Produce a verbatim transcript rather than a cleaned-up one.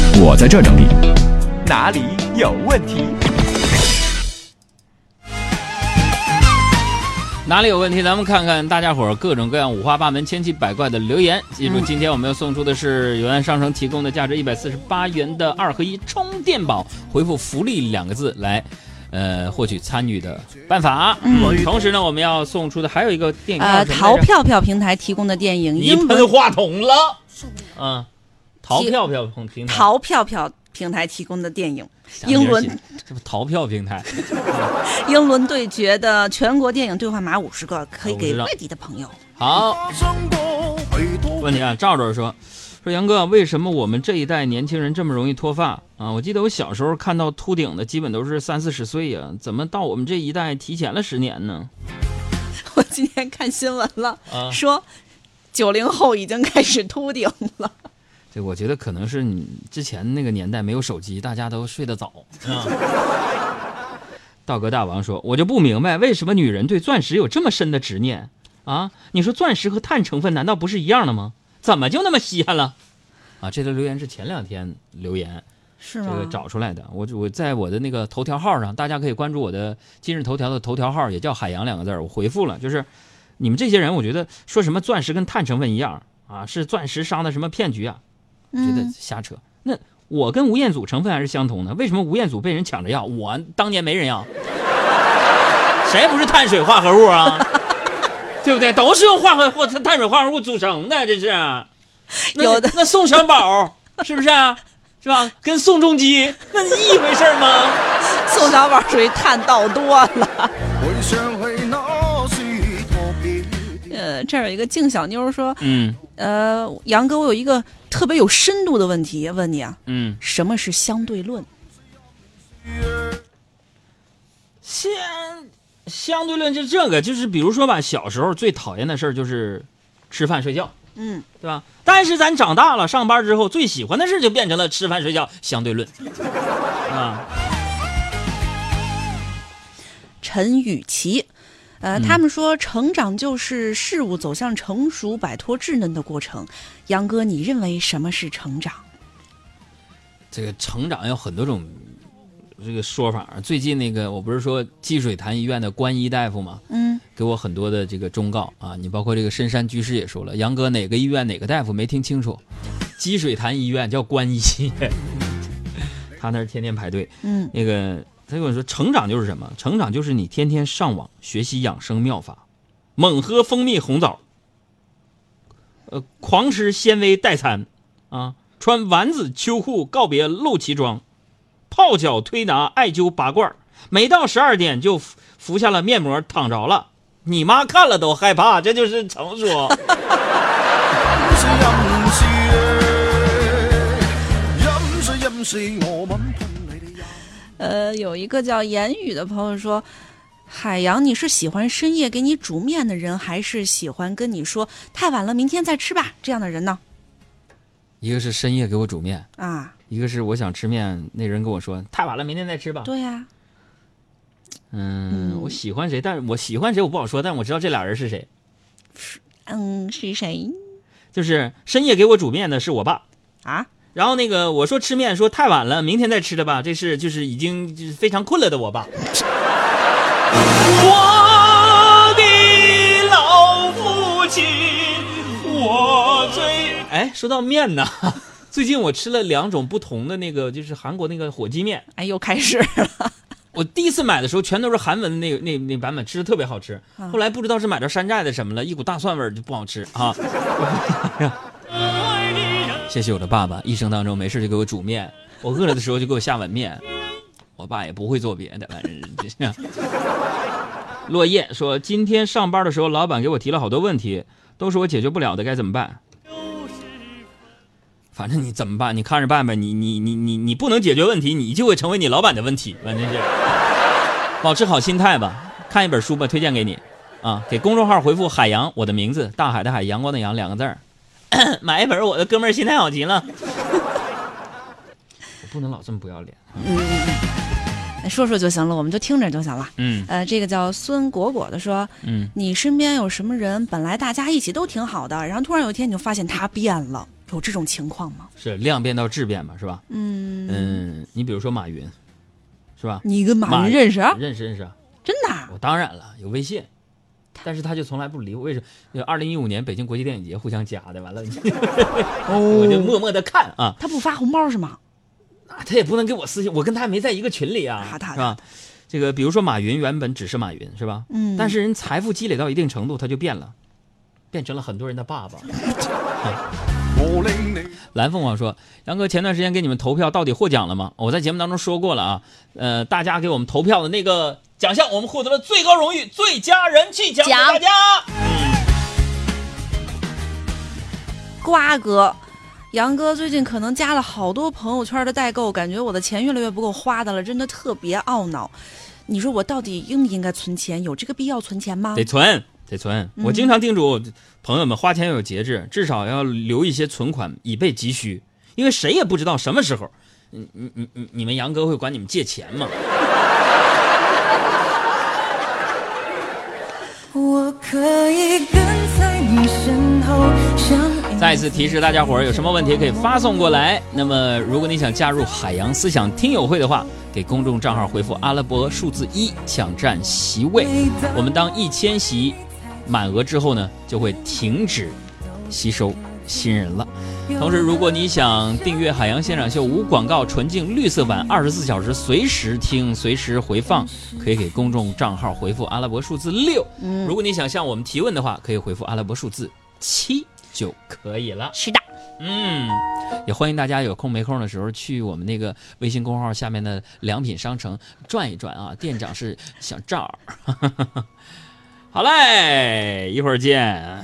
我在这整理。 哪里有问题？ 哪里有问题？咱们看看大家伙儿各种各样五花八门、千奇百怪的留言。记住，今天我们要送出的是永安商城提供的价值一百四十八元的二合一充电宝，回复福利两个字来呃获取参与的办法。嗯，同时呢，我们要送出的还有一个电影呃淘票票平台提供的电影， 你喷话筒了。嗯，淘票票平台， 淘票票平台提供的电影，英伦， 这不淘票平台， 英伦对决的全国电影兑换码五十个，可以给外地的朋友。 好，问题啊，赵赵说说杨哥，为什么我们这一代年轻人这么容易脱发啊？我记得我小时候看到秃顶的基本都是三四十岁呀、啊，怎么到我们这一代提前了十年呢？ 我今天看新闻了，啊、说九零后已经开始秃顶了。 这我觉得可能是你之前那个年代没有手机，大家都睡得早。啊、道格大王说，我就不明白为什么女人对钻石有这么深的执念啊？你说钻石和碳成分难道不是一样的吗？怎么就那么稀罕了？啊，这条留言是前两天留言， 是吗？ 这个找出来的。我我在我的那个头条号上，大家可以关注我的今日头条的头条号，也叫海洋两个字，我回复了，就是你们这些人，我觉得说什么钻石跟碳成分一样啊，是钻石商的什么骗局啊？我觉得瞎扯。嗯、那我跟吴彦祖成分还是相同的，为什么吴彦祖被人抢着要，我当年没人要？谁不是碳水化合物啊？对不对？都是用化合或碳水化合物组成的，这是。 有的那宋小宝是不是啊？是吧？跟宋仲基那一回事吗？ 宋小宝属于碳倒多了。呃，这儿有一个静小妞说，嗯，呃，杨哥，我有一个特别有深度的问题问你啊，嗯，什么是相对论？ 相相对论就是这个，就是比如说吧，小时候最讨厌的事儿就是吃饭睡觉，嗯，对吧？但是咱长大了，上班之后最喜欢的事就变成了吃饭睡觉，相对论啊。 陈雨琪。呃，他们说成长就是事物走向成熟、摆脱稚嫩的过程。杨哥，你认为什么是成长？ 这个成长有很多种这个说法。最近那个我不是说积水潭医院的关一大夫吗？嗯，给我很多的这个忠告啊。你包括这个深山居士也说了，杨哥哪个医院哪个大夫没听清楚？积水潭医院叫关一，他那儿天天排队。嗯，那个。他跟我说，成长就是什么？成长就是你天天上网学习养生妙法，猛喝蜂蜜红枣，呃，狂吃纤维代餐，啊，穿丸子秋裤告别露脐装，泡脚推拿艾灸拔罐，每到十二点就服下了面膜躺着了，你妈看了都害怕，这就是成熟。 呃，有一个叫言语的朋友说，海洋，你是喜欢深夜给你煮面的人，还是喜欢跟你说太晚了明天再吃吧这样的人呢？ 一个是深夜给我煮面啊， 一个是我想吃面，那人跟我说太晚了明天再吃吧。 对呀、啊嗯，嗯，我喜欢谁，但是我喜欢谁我不好说，但我知道这俩人是谁。 嗯，是谁？ 就是深夜给我煮面的是我爸啊。 然后那个我说吃面，说太晚了，明天再吃的吧。这是就是已经就是非常困了的我爸。我的老父亲，我最哎，说到面呢，最近我吃了两种不同的那个，就是韩国那个火鸡面。 哎，又开始了。 我第一次买的时候全都是韩文的那个那那版本，吃的特别好吃。后来不知道是买着山寨的什么了，一股大蒜味就不好吃啊。谢谢我的爸爸，一生当中没事就给我煮面，我饿了的时候就给我下碗面。我爸也不会做别的，反正落叶说，今天上班的时候，老板给我提了好多问题，都是我解决不了的，该怎么办？反正你怎么办？你看着办呗。你你你你你不能解决问题，你就会成为你老板的问题。反正是保持好心态吧。看一本书吧，推荐给你啊。给公众号回复海洋，我的名字，大海的海，阳光的阳，两个字儿。买一本我的哥们儿心态好极了。我不能老这么不要脸。 嗯，说说就行了，我们就听着就行了。嗯，呃，这个叫孙果果的说，嗯，你身边有什么人，本来大家一起都挺好的，然后突然有一天你就发现他变了， 有这种情况吗？ 是量变到质变嘛，是吧？ 嗯嗯，你比如说马云，是吧？ 你跟马云认识啊？ 认识认识啊？ 真的、啊？ 我当然了，有微信，但是他就从来不理我。为什么？二零一五年北京国际电影节互相加的，完了，我就默默的看啊。 他不发红包是吗？ 那他也不能给我私信，我跟他没在一个群里啊， 是吧？这个比如说马云原本只是马云，是吧？ 嗯。 但是人财富积累到一定程度，他就变了，变成了很多人的爸爸。啊蓝凤凰说：“杨哥，前段时间给你们投票，到底获奖了吗？我在节目当中说过了啊，呃，大家给我们投票的那个奖项，我们获得了最高荣誉最佳人气奖，给大家。 瓜哥，杨哥最近可能加了好多朋友圈的代购，感觉我的钱越来越不够花的了，真的特别懊恼。你说我到底应不应该存钱？有这个必要存钱吗？ 得存。”得存，我经常叮嘱朋友们花钱要有节制，至少要留一些存款以备急需，因为谁也不知道什么时候，你你你你你们杨哥会管你们借钱吗？ 我可以跟在你身后。 再次提示大家伙儿，有什么问题可以发送过来。那么，如果你想加入海洋思想听友会的话，给公众账号回复阿拉伯数字一，抢占席位。我们当一千席满额之后呢，就会停止吸收新人了。同时，如果你想订阅海洋现场秀无广告纯净绿色版，二十四小时随时听随时回放，可以给公众账号回复阿拉伯数字六、嗯、如果你想向我们提问的话，可以回复阿拉伯数字七就可以了。 是的， 嗯，也欢迎大家有空没空的时候去我们那个微信公号下面的良品商城转一转啊，店长是小赵。好嘞，一会儿见。